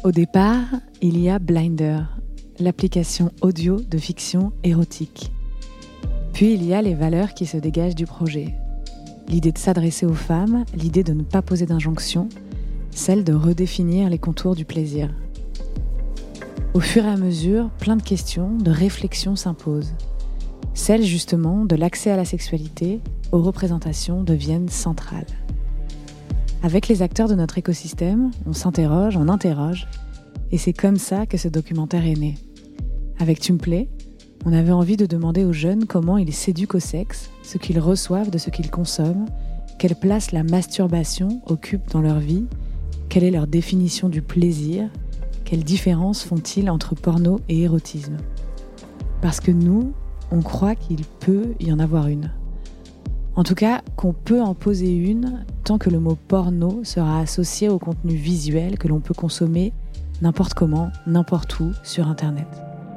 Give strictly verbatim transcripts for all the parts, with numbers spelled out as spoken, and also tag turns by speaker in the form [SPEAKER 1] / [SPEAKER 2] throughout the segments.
[SPEAKER 1] Au départ, il y a Blinder, l'application audio de fiction érotique. Puis il y a les valeurs qui se dégagent du projet. L'idée de s'adresser aux femmes, l'idée de ne pas poser d'injonction, celle de redéfinir les contours du plaisir. Au fur et à mesure, plein de questions, de réflexions s'imposent. Celles justement de l'accès à la sexualité, aux représentations deviennent centrales. Avec les acteurs de notre écosystème, on s'interroge, on interroge, et c'est comme ça que ce documentaire est né. Avec Tu me plais, on avait envie de demander aux jeunes comment ils s'éduquent au sexe, ce qu'ils reçoivent de ce qu'ils consomment, quelle place la masturbation occupe dans leur vie, quelle est leur définition du plaisir, quelle différence font-ils entre porno et érotisme. Parce que nous, on croit qu'il peut y en avoir une. En tout cas, qu'on peut en poser une tant que le mot porno sera associé au contenu visuel que l'on peut consommer n'importe comment, n'importe où sur Internet.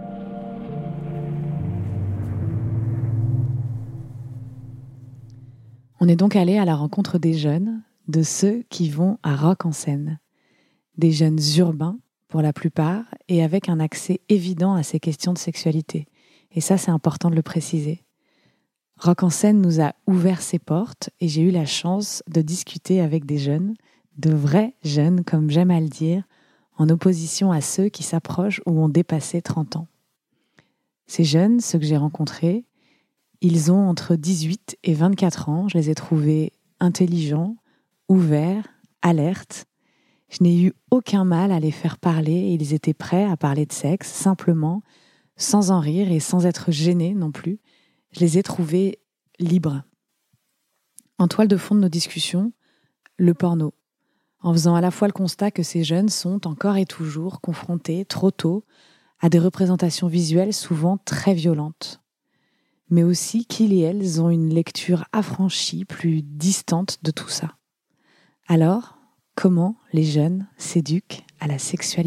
[SPEAKER 1] On est donc allé à la rencontre des jeunes, de ceux qui vont à Rock en Seine. Des jeunes urbains, pour la plupart, et avec un accès évident à ces questions de sexualité. Et ça, c'est important de le préciser. Rock en Seine nous a ouvert ses portes et j'ai eu la chance de discuter avec des jeunes, de vrais jeunes, comme j'aime à le dire, en opposition à ceux qui s'approchent ou ont dépassé trente ans. Ces jeunes, ceux que j'ai rencontrés, ils ont entre dix-huit et vingt-quatre ans. Je les ai trouvés intelligents, ouverts, alertes. Je n'ai eu aucun mal à les faire parler et ils étaient prêts à parler de sexe, simplement, sans en rire et sans être gênés non plus. Je les ai trouvés libres. En toile de fond de nos discussions, le porno. En faisant à la fois le constat que ces jeunes sont encore et toujours confrontés, trop tôt, à des représentations visuelles souvent très violentes. Mais aussi qu'ils et elles ont une lecture affranchie, plus distante de tout ça. Alors, comment les jeunes s'éduquent à la sexualité ?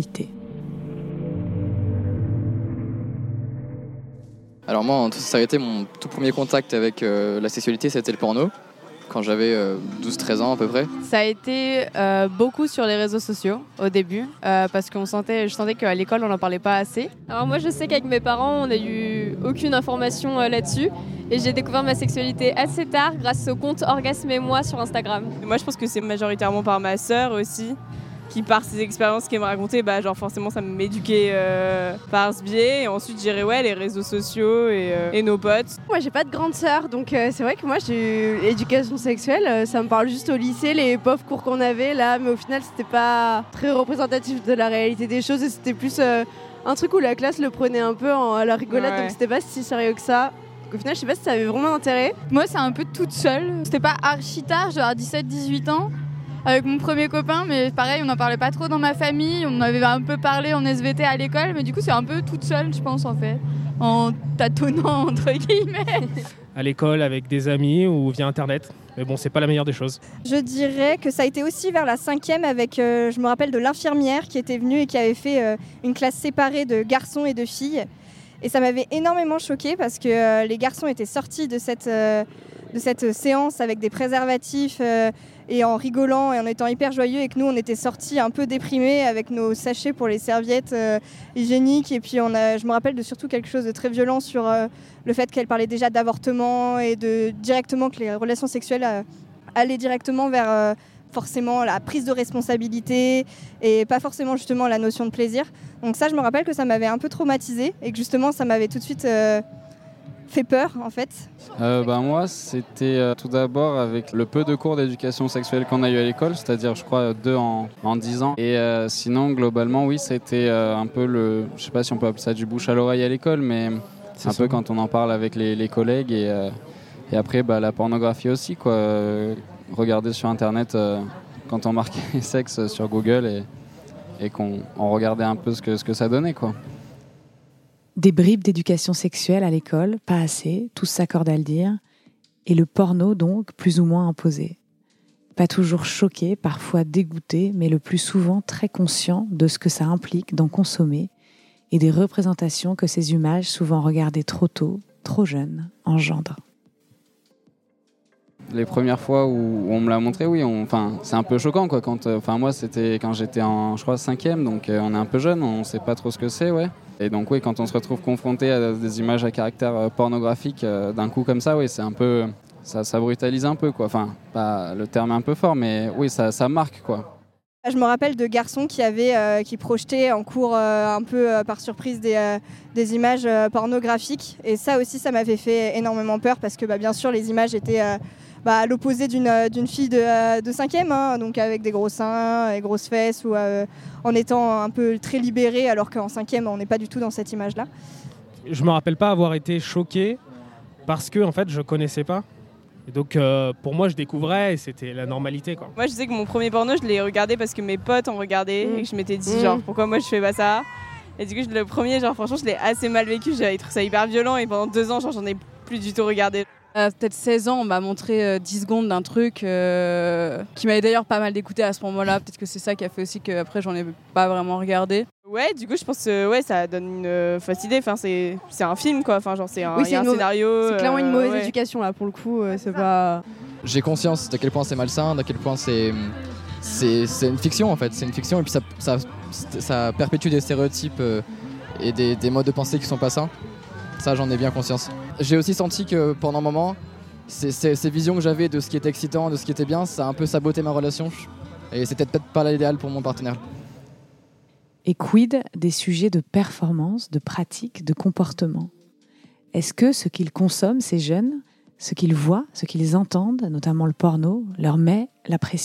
[SPEAKER 2] Alors moi, en toute sincérité, mon tout premier contact avec euh, la sexualité, c'était le porno, quand j'avais euh, douze treize ans à peu près.
[SPEAKER 3] Ça a été euh, beaucoup sur les réseaux sociaux au début, euh, parce qu'on sentait, je sentais qu'à l'école, on n'en parlait pas assez.
[SPEAKER 4] Alors moi, je sais qu'avec mes parents, on n'a eu aucune information euh, là-dessus. Et j'ai découvert ma sexualité assez tard grâce au compte Orgasme et moi sur Instagram.
[SPEAKER 5] Moi, je pense que c'est majoritairement par ma sœur aussi, qui par ses expériences qu'elle me racontait, bah, genre forcément ça m'éduquait euh, par ce biais. Et ensuite, je dirais ouais, les réseaux sociaux et, euh, et nos potes.
[SPEAKER 6] Moi, j'ai pas de grande sœur, donc euh, c'est vrai que moi, j'ai eu l'éducation sexuelle. Euh, ça me parle juste au lycée, les pauvres cours qu'on avait là, mais au final, c'était pas très représentatif de la réalité des choses et c'était plus euh, un truc où la classe le prenait un peu en, à la rigolade, ouais. Donc c'était pas si sérieux que ça. Au final, je sais pas si ça avait vraiment d'intérêt.
[SPEAKER 7] Moi, c'est un peu toute seule. C'était pas archi tard, genre dix-sept dix-huit ans, avec mon premier copain, mais pareil, on n'en parlait pas trop dans ma famille. On avait un peu parlé en S V T à l'école, mais du coup, c'est un peu toute seule, je pense, en fait, en tâtonnant, entre guillemets.
[SPEAKER 8] À l'école, avec des amis ou via Internet. Mais bon, c'est pas la meilleure des choses.
[SPEAKER 9] Je dirais que ça a été aussi vers la cinquième avec, euh, je me rappelle de l'infirmière qui était venue et qui avait fait euh, une classe séparée de garçons et de filles. Et ça m'avait énormément choquée parce que euh, les garçons étaient sortis de cette, euh, de cette séance avec des préservatifs euh, et en rigolant et en étant hyper joyeux, et que nous, on était sortis un peu déprimés avec nos sachets pour les serviettes euh, hygiéniques. Et puis, on a, je me rappelle de surtout quelque chose de très violent sur euh, le fait qu'elle parlait déjà d'avortement et de directement que les relations sexuelles euh, allaient directement vers... Euh, forcément la prise de responsabilité et pas forcément justement la notion de plaisir. Donc ça, je me rappelle que ça m'avait un peu traumatisée et que justement ça m'avait tout de suite euh, fait peur en fait.
[SPEAKER 10] euh, bah, Moi, c'était euh, tout d'abord avec le peu de cours d'éducation sexuelle qu'on a eu à l'école, c'est-à-dire je crois deux en, en dix ans. Et euh, sinon, globalement, oui, c'était euh, un peu le... Je sais pas si on peut appeler ça du bouche à l'oreille à l'école, mais c'est un ça. peu quand on en parle avec les, les collègues et, euh, et après bah, la pornographie aussi, quoi. Euh, regarder sur Internet euh, quand on marquait sexe sur Google et, et qu'on on regardait un peu ce que, ce que ça donnait, quoi.
[SPEAKER 1] Des bribes d'éducation sexuelle à l'école, pas assez, tous s'accordent à le dire, et le porno donc plus ou moins imposé. Pas toujours choqué, parfois dégoûté, mais le plus souvent très conscient de ce que ça implique d'en consommer et des représentations que ces images, souvent regardées trop tôt, trop jeunes, engendrent.
[SPEAKER 10] les premières fois où on me l'a montré, oui, on, c'est un peu choquant, quoi. Quand, enfin, moi, c'était quand j'étais en, je crois, cinquième, donc euh, on est un peu jeune, on ne sait pas trop ce que c'est, ouais. Et donc, oui, quand on se retrouve confronté à des images à caractère euh, pornographique euh, d'un coup comme ça, oui, c'est un peu, ça, ça brutalise un peu, quoi. Enfin, pas, le terme est un peu fort, mais oui, ça, ça marque, quoi.
[SPEAKER 9] Je me rappelle de garçons qui, avaient, euh, qui projetaient en cours euh, un peu euh, par surprise des, euh, des images euh, pornographiques. Et ça aussi, ça m'avait fait énormément peur parce que bah, bien sûr, les images étaient euh, bah, à l'opposé d'une, d'une fille de, euh, de cinquième, hein, donc avec des gros seins, des grosses fesses, ou euh, en étant un peu très libérée, alors qu'en cinquième, on n'est pas du tout dans cette image-là.
[SPEAKER 8] Je me rappelle pas avoir été choqué parce que en fait, je connaissais pas. Et donc euh, pour moi je découvrais et c'était la normalité, quoi.
[SPEAKER 5] Moi je sais que mon premier porno je l'ai regardé parce que mes potes ont regardé mmh. et que je m'étais dit mmh. genre pourquoi moi je fais pas ça. Et du coup le premier genre franchement je l'ai assez mal vécu, j'avais trouvé ça hyper violent et pendant deux ans genre, j'en ai plus du tout regardé.
[SPEAKER 11] À peut-être seize ans, on m'a montré euh, dix secondes d'un truc euh, qui m'avait d'ailleurs pas mal dégoûté à ce moment-là. Peut-être que c'est ça qui a fait aussi qu'après j'en ai pas vraiment regardé.
[SPEAKER 5] Ouais, du coup je pense que ouais, ça donne une euh, fausse idée. Enfin, c'est, c'est un film quoi. Enfin, genre c'est un,
[SPEAKER 6] oui, c'est
[SPEAKER 5] y a un
[SPEAKER 6] mauvaise,
[SPEAKER 5] scénario.
[SPEAKER 6] C'est clairement une mauvaise
[SPEAKER 5] euh, ouais.
[SPEAKER 6] éducation là pour le coup. Euh, c'est pas.
[SPEAKER 2] J'ai conscience d'à quel point c'est malsain, d'à quel point c'est, c'est, c'est une fiction en fait. C'est une fiction et puis ça, ça, ça perpétue des stéréotypes euh, et des, des modes de pensée qui sont pas sains. Ça, j'en ai bien conscience. J'ai aussi senti que pendant un moment, ces, ces, ces visions que j'avais de ce qui était excitant, de ce qui était bien, ça a un peu saboté ma relation. Et c'était peut-être pas l'idéal pour mon partenaire.
[SPEAKER 1] Et quid des sujets de performance, de pratique, de comportement ? Est-ce que ce qu'ils consomment, ces jeunes, ce qu'ils voient, ce qu'ils entendent, notamment le porno, leur met la pression ?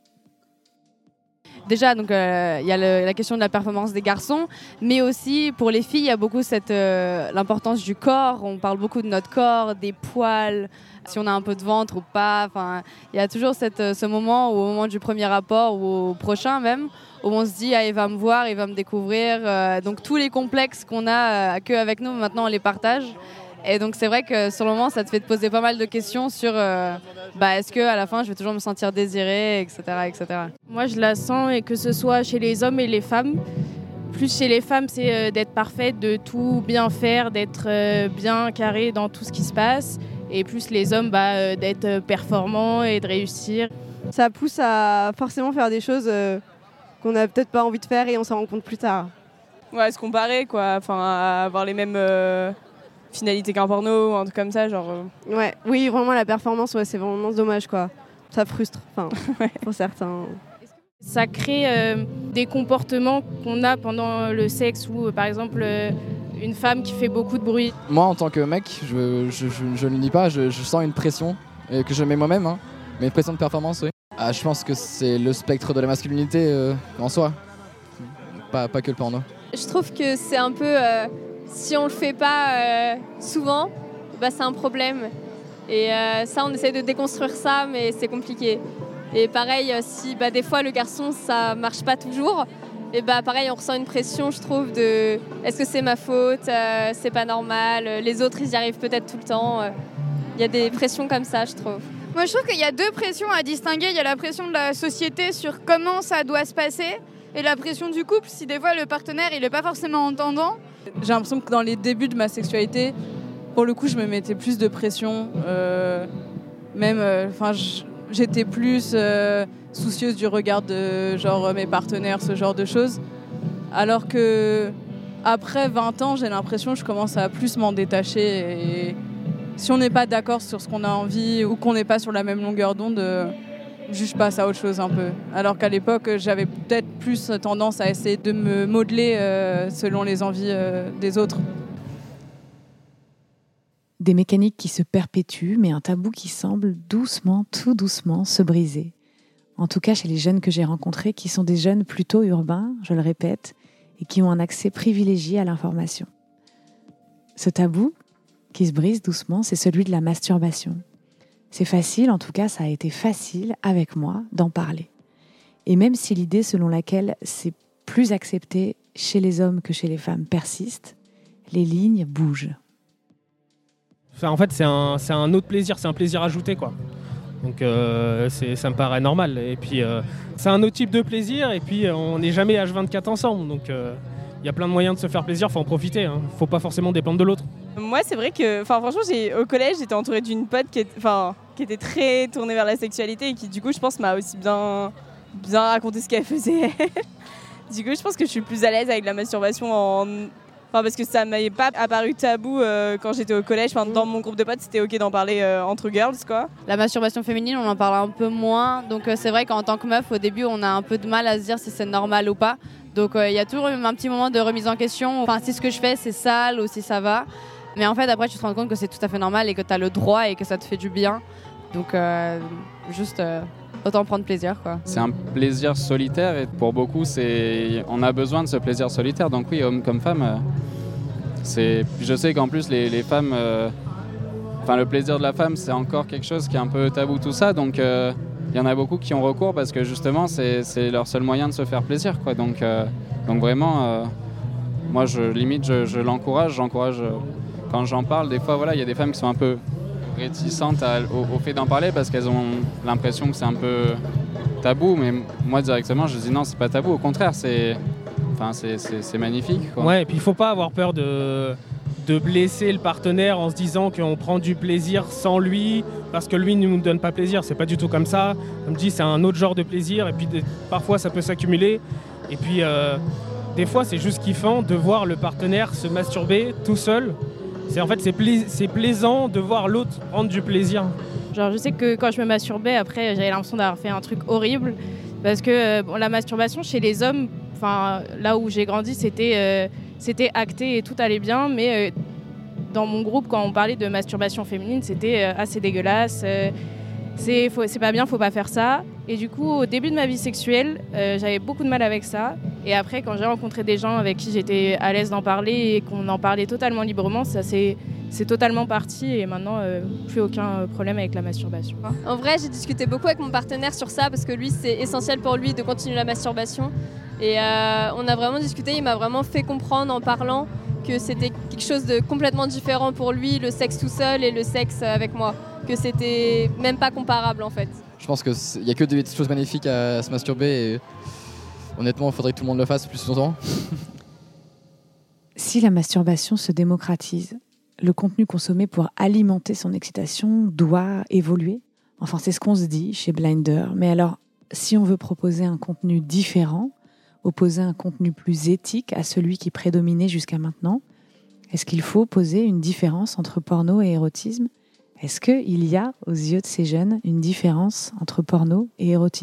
[SPEAKER 3] Déjà, donc il euh, y a le, la question de la performance des garçons, mais aussi pour les filles, il y a beaucoup cette euh, l'importance du corps. On parle beaucoup de notre corps, des poils, si on a un peu de ventre ou pas. Enfin, il y a toujours cette, ce moment, où, au moment du premier rapport ou au prochain même, où on se dit ah, il va me voir, il va me découvrir. Euh, donc tous les complexes qu'on a euh, qu'avec nous, maintenant on les partage. Et donc c'est vrai que sur le moment, ça te fait te poser pas mal de questions sur euh, bah, est-ce qu'à la fin, je vais toujours me sentir désirée, et cetera, et cetera.
[SPEAKER 12] Moi, je la sens, et que ce soit chez les hommes et les femmes. Plus chez les femmes, c'est euh, d'être parfaite, de tout bien faire, d'être euh, bien carré dans tout ce qui se passe. Et plus les hommes, bah, euh, d'être performants et de réussir.
[SPEAKER 6] Ça pousse à forcément faire des choses euh, qu'on n'a peut-être pas envie de faire et on s'en rend compte plus tard.
[SPEAKER 5] Ouais, se comparer, quoi. Enfin, avoir les mêmes... Euh... finalité qu'un porno ou un truc comme ça, genre... Euh...
[SPEAKER 6] Ouais, oui, vraiment la performance, ouais, c'est vraiment dommage, quoi. Ça frustre, enfin, ouais. Pour certains.
[SPEAKER 12] Ça crée euh, des comportements qu'on a pendant le sexe ou, euh, par exemple, euh, une femme qui fait beaucoup de bruit.
[SPEAKER 2] Moi, en tant que mec, je, je, je, je ne le nie pas, je, je sens une pression, et que je mets moi-même, hein, mais une pression de performance, oui. Ah, je pense que c'est le spectre de la masculinité euh, en soi, pas, pas que le porno.
[SPEAKER 4] Je trouve que c'est un peu... Euh... Si on le fait pas euh, souvent, bah, c'est un problème. Et euh, ça, on essaie de déconstruire ça, mais c'est compliqué. Et pareil, si bah, des fois le garçon, ça marche pas toujours, et bah pareil, on ressent une pression, je trouve, de est-ce que c'est ma faute, euh, c'est pas normal, les autres, ils y arrivent peut-être tout le temps. Il y a des pressions comme ça, je trouve.
[SPEAKER 7] Moi, je trouve qu'il y a deux pressions à distinguer. Il y a la pression de la société sur comment ça doit se passer, et la pression du couple, si des fois le partenaire, il est pas forcément entendant.
[SPEAKER 11] J'ai l'impression que dans les débuts de ma sexualité, pour le coup, je me mettais plus de pression. Euh, même, enfin, euh, j'étais plus euh, soucieuse du regard de genre mes partenaires, ce genre de choses. Alors que après vingt ans, j'ai l'impression que je commence à plus m'en détacher. Et si on n'est pas d'accord sur ce qu'on a envie ou qu'on n'est pas sur la même longueur d'onde, euh, je passe à autre chose un peu. Alors qu'à l'époque, j'avais peut-être plus tendance à essayer de me modeler euh, selon les envies euh, des autres.
[SPEAKER 1] Des mécaniques qui se perpétuent, mais un tabou qui semble doucement, tout doucement, se briser. En tout cas, chez les jeunes que j'ai rencontrés, qui sont des jeunes plutôt urbains, je le répète, et qui ont un accès privilégié à l'information. Ce tabou qui se brise doucement, c'est celui de la masturbation. C'est facile, en tout cas ça a été facile avec moi d'en parler. Et même si l'idée selon laquelle c'est plus accepté chez les hommes que chez les femmes persiste, les lignes bougent.
[SPEAKER 8] Enfin, en fait c'est un, c'est un autre plaisir, c'est un plaisir ajouté, quoi. Donc euh, c'est, ça me paraît normal. Et puis euh, c'est un autre type de plaisir et puis euh, on n'est jamais H vingt-quatre ensemble. Donc il euh, y a plein de moyens de se faire plaisir, il faut en profiter. Hein. Faut pas forcément dépendre de l'autre.
[SPEAKER 5] Moi c'est vrai que, enfin franchement, j'ai, au collège j'étais entourée d'une pote qui était, enfin, qui qui était très tournée vers la sexualité et qui du coup je pense m'a aussi bien, bien raconté ce qu'elle faisait. Du coup je pense que je suis plus à l'aise avec la masturbation en... Enfin, parce que ça m'avait pas apparu tabou euh, quand j'étais au collège. Enfin, dans mon groupe de potes, c'était ok d'en parler euh, entre girls, quoi.
[SPEAKER 3] La masturbation féminine, on en parle un peu moins. Donc euh, c'est vrai qu'en tant que meuf, au début, on a un peu de mal à se dire si c'est normal ou pas. Donc il euh, y a toujours un petit moment de remise en question. Enfin, si ce que je fais, c'est sale ou si ça va. Mais en fait, après, tu te rends compte que c'est tout à fait normal et que tu as le droit et que ça te fait du bien. Donc euh, juste... Euh autant prendre plaisir, quoi.
[SPEAKER 10] C'est un plaisir solitaire et pour beaucoup, c'est... on a besoin de ce plaisir solitaire. Donc oui, homme comme femme, euh, c'est... je sais qu'en plus, les, les femmes... Euh... Enfin, le plaisir de la femme, c'est encore quelque chose qui est un peu tabou, tout ça. Donc il euh, y en a beaucoup qui ont recours parce que justement, c'est, c'est leur seul moyen de se faire plaisir, quoi. Donc, euh... donc vraiment, euh... moi, je, limite, je, je l'encourage. J'encourage... Euh... Quand j'en parle, des fois, voilà, il y a des femmes qui sont un peu... réticentes à, au, au fait d'en parler parce qu'elles ont l'impression que c'est un peu tabou, mais moi directement je dis non, c'est pas tabou, au contraire, c'est, enfin, c'est, c'est, c'est magnifique, quoi.
[SPEAKER 8] Ouais, et puis il faut pas avoir peur de, de blesser le partenaire en se disant qu'on prend du plaisir sans lui parce que lui ne nous donne pas plaisir, c'est pas du tout comme ça. Comme je dis, c'est un autre genre de plaisir et puis de, parfois ça peut s'accumuler et puis euh, des fois c'est juste kiffant de voir le partenaire se masturber tout seul. C'est, en fait, c'est, pla- c'est plaisant de voir l'autre prendre du plaisir.
[SPEAKER 12] Genre, je sais que quand je me masturbais, après, j'avais l'impression d'avoir fait un truc horrible. Parce que bon, la masturbation chez les hommes, là où j'ai grandi, c'était, euh, c'était acté et tout allait bien. Mais euh, dans mon groupe, quand on parlait de masturbation féminine, c'était euh, assez dégueulasse. Euh, c'est, faut, c'est pas bien, faut pas faire ça. Et du coup, au début de ma vie sexuelle, euh, j'avais beaucoup de mal avec ça. Et après, quand j'ai rencontré des gens avec qui j'étais à l'aise d'en parler et qu'on en parlait totalement librement, ça c'est, c'est totalement parti et maintenant, euh, plus aucun problème avec la masturbation.
[SPEAKER 4] En vrai, j'ai discuté beaucoup avec mon partenaire sur ça parce que lui, c'est essentiel pour lui de continuer la masturbation. Et euh, on a vraiment discuté, il m'a vraiment fait comprendre en parlant que c'était quelque chose de complètement différent pour lui, le sexe tout seul et le sexe avec moi. Que c'était même pas comparable en fait.
[SPEAKER 2] Je pense qu'il n'y a que des choses magnifiques à, à se masturber et honnêtement, il faudrait que tout le monde le fasse plus souvent.
[SPEAKER 1] Si la masturbation se démocratise, le contenu consommé pour alimenter son excitation doit évoluer. Enfin, c'est ce qu'on se dit chez Blinder. Mais alors, si on veut proposer un contenu différent, opposer un contenu plus éthique à celui qui prédominait jusqu'à maintenant, est-ce qu'il faut poser une différence entre porno et érotisme ? Est-ce qu'il y a, aux yeux de ces jeunes, une différence entre porno et érotisme ?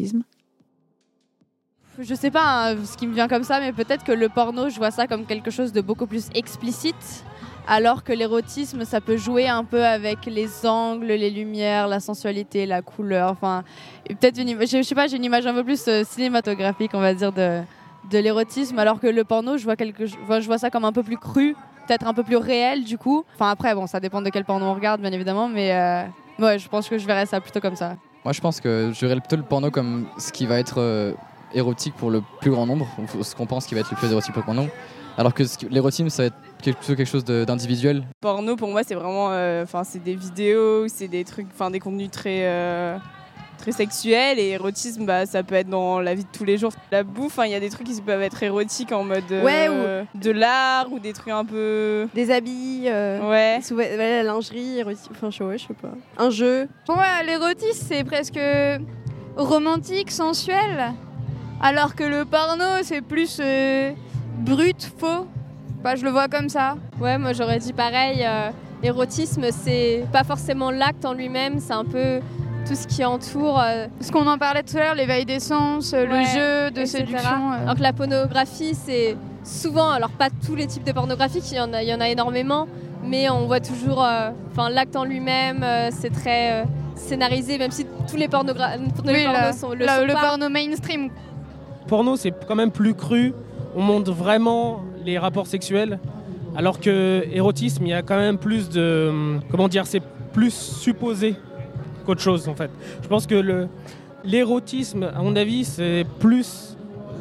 [SPEAKER 3] Je sais pas hein, ce qui me vient comme ça, mais peut-être que le porno, je vois ça comme quelque chose de beaucoup plus explicite, alors que l'érotisme, ça peut jouer un peu avec les angles, les lumières, la sensualité, la couleur. Enfin, peut-être une image, je sais pas, j'ai une image un peu plus euh, cinématographique, on va dire, de, de l'érotisme, alors que le porno, je vois quelque, je vois, je vois ça comme un peu plus cru. Peut-être un peu plus réel du coup. Enfin après bon ça dépend de quel porno on regarde bien évidemment mais euh, ouais je pense que je verrais ça plutôt comme ça.
[SPEAKER 2] Moi je pense que je verrais plutôt le porno comme ce qui va être euh, érotique pour le plus grand nombre, ou ce qu'on pense qui va être le plus érotique pour le plus grand nombre, alors que l'érotisme ça va être plutôt quelque chose de, d'individuel.
[SPEAKER 5] Porno pour moi c'est vraiment, enfin euh, c'est des vidéos, c'est des trucs, enfin des contenus très euh... très sexuel et érotisme bah, ça peut être dans la vie de tous les jours. La bouffe, il hein, y a des trucs qui peuvent être érotiques en mode euh,
[SPEAKER 6] ouais, ou...
[SPEAKER 5] de l'art ou des trucs un peu...
[SPEAKER 6] Des habits, euh,
[SPEAKER 5] ouais.
[SPEAKER 6] Sous... ouais, la lingerie, érotique, enfin je sais pas. Un jeu.
[SPEAKER 7] Pour moi l'érotisme c'est presque romantique, sensuel, alors que le porno c'est plus euh, brut, faux. Bah, je le vois comme ça.
[SPEAKER 4] Ouais, moi j'aurais dit pareil. Euh, érotisme c'est pas forcément l'acte en lui-même, c'est un peu... tout ce qui entoure. Euh...
[SPEAKER 7] Ce qu'on en parlait tout à l'heure, l'éveil des sens, ouais, le jeu de
[SPEAKER 4] et cetera.
[SPEAKER 7] séduction. Euh...
[SPEAKER 4] Alors que la pornographie, c'est souvent, alors pas tous les types de pornographie, il y en a, il y en a énormément, mais on voit toujours, enfin euh, l'acte en lui-même, euh, c'est très euh, scénarisé, même si tous les, pornogra- tous les
[SPEAKER 7] oui,
[SPEAKER 4] pornos
[SPEAKER 7] la,
[SPEAKER 4] sont le,
[SPEAKER 7] la,
[SPEAKER 4] sont
[SPEAKER 7] le
[SPEAKER 4] pas.
[SPEAKER 7] porno mainstream.
[SPEAKER 8] Porno, c'est quand même plus cru. On montre vraiment les rapports sexuels, alors que érotisme, il y a quand même plus de, comment dire, c'est plus supposé qu'autre chose en fait. Je pense que le, l'érotisme, à mon avis, c'est plus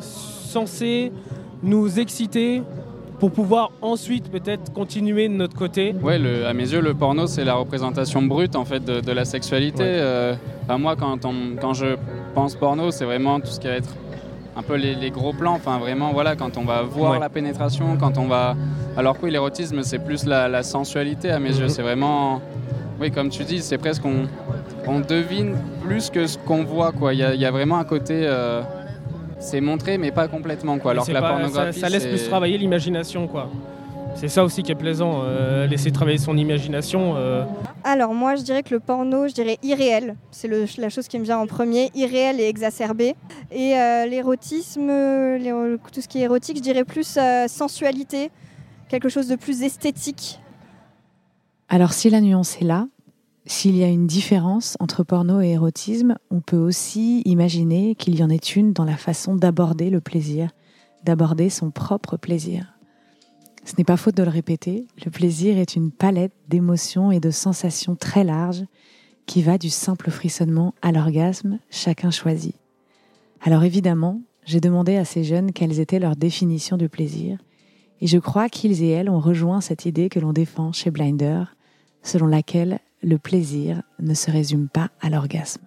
[SPEAKER 8] censé nous exciter pour pouvoir ensuite peut-être continuer de notre côté.
[SPEAKER 10] Ouais, le, à mes yeux, le porno, c'est la représentation brute en fait de, de la sexualité. Ouais. Euh, enfin, moi, quand, on, quand je pense porno, c'est vraiment tout ce qui va être un peu les, les gros plans. Enfin, vraiment, voilà, quand on va voir ouais. la pénétration, quand on va. Alors que oui, l'érotisme, c'est plus la, la sensualité à mes mm-hmm. yeux. C'est vraiment, oui, comme tu dis, c'est presque on. on devine plus que ce qu'on voit, quoi. Il y, y a vraiment un côté, euh, c'est montré mais pas complètement, quoi. Alors que la
[SPEAKER 8] pas,
[SPEAKER 10] pornographie,
[SPEAKER 8] ça, ça laisse
[SPEAKER 10] c'est...
[SPEAKER 8] plus travailler l'imagination, quoi. C'est ça aussi qui est plaisant, euh, laisser travailler son imagination. Euh.
[SPEAKER 9] Alors moi je dirais que le porno, je dirais irréel, c'est le, la chose qui me vient en premier, irréel et exacerbé. Et euh, l'érotisme, l'éro... tout ce qui est érotique, je dirais plus euh, sensualité, quelque chose de plus esthétique.
[SPEAKER 1] Alors si la nuance est là, s'il y a une différence entre porno et érotisme, on peut aussi imaginer qu'il y en ait une dans la façon d'aborder le plaisir, d'aborder son propre plaisir. Ce n'est pas faute de le répéter, le plaisir est une palette d'émotions et de sensations très large qui va du simple frissonnement à l'orgasme, chacun choisit. Alors évidemment, j'ai demandé à ces jeunes quelles étaient leurs définitions du plaisir, et je crois qu'ils et elles ont rejoint cette idée que l'on défend chez Blinder, selon laquelle le plaisir ne se résume pas à l'orgasme.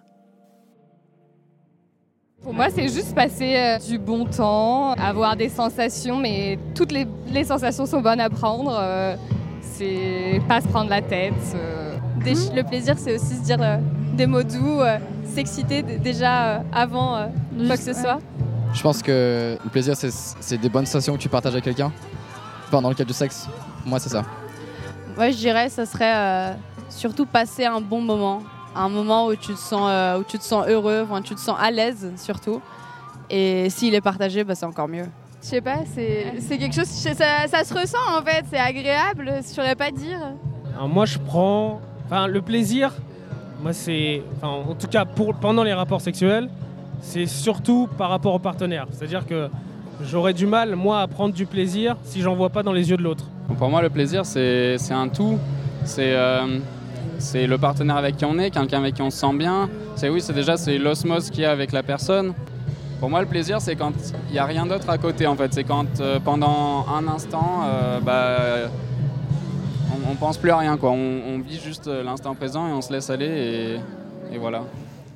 [SPEAKER 13] Pour moi, c'est juste passer euh, du bon temps, avoir des sensations, mais toutes les, les sensations sont bonnes à prendre. Euh, c'est pas se prendre la tête. Euh.
[SPEAKER 4] Des, le plaisir, c'est aussi se dire euh, des mots doux, euh, s'exciter d- déjà euh, avant euh, quoi que ce soit.
[SPEAKER 2] Je pense que le plaisir, c'est, c'est des bonnes sensations que tu partages avec quelqu'un. Enfin, dans le cas du sexe, pour moi, c'est ça.
[SPEAKER 3] Moi, je dirais que ça serait euh, surtout passer un bon moment. Un moment où tu te sens, euh, où tu te sens heureux, où tu te sens à l'aise surtout. Et s'il est partagé, bah, c'est encore mieux.
[SPEAKER 7] Je sais pas, c'est, c'est quelque chose, ça, ça se ressent en fait, c'est agréable, je saurais pas dire.
[SPEAKER 8] Alors moi je prends, enfin le plaisir, moi c'est, enfin en tout cas pour, pendant les rapports sexuels, c'est surtout par rapport au partenaire. C'est-à-dire que j'aurais du mal moi à prendre du plaisir si j'en vois pas dans les yeux de l'autre.
[SPEAKER 10] Pour moi le plaisir c'est, c'est un tout, c'est... Euh... C'est le partenaire avec qui on est, quelqu'un avec qui on se sent bien. C'est oui, c'est déjà c'est l'osmose qu'il y a avec la personne. Pour moi, le plaisir, c'est quand il n'y a rien d'autre à côté. En fait, c'est quand euh, pendant un instant, euh, bah, on, on pense plus à rien, quoi. On, on vit juste l'instant présent et on se laisse aller et, et voilà.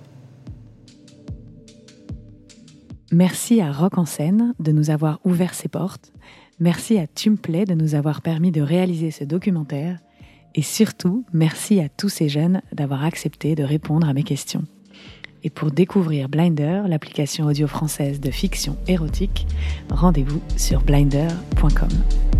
[SPEAKER 1] Merci à Rock en scène de nous avoir ouvert ses portes. Merci à Tumplay de nous avoir permis de réaliser ce documentaire. Et surtout, merci à tous ces jeunes d'avoir accepté de répondre à mes questions. Et pour découvrir Blinder, l'application audio française de fiction érotique, rendez-vous sur blinder point com.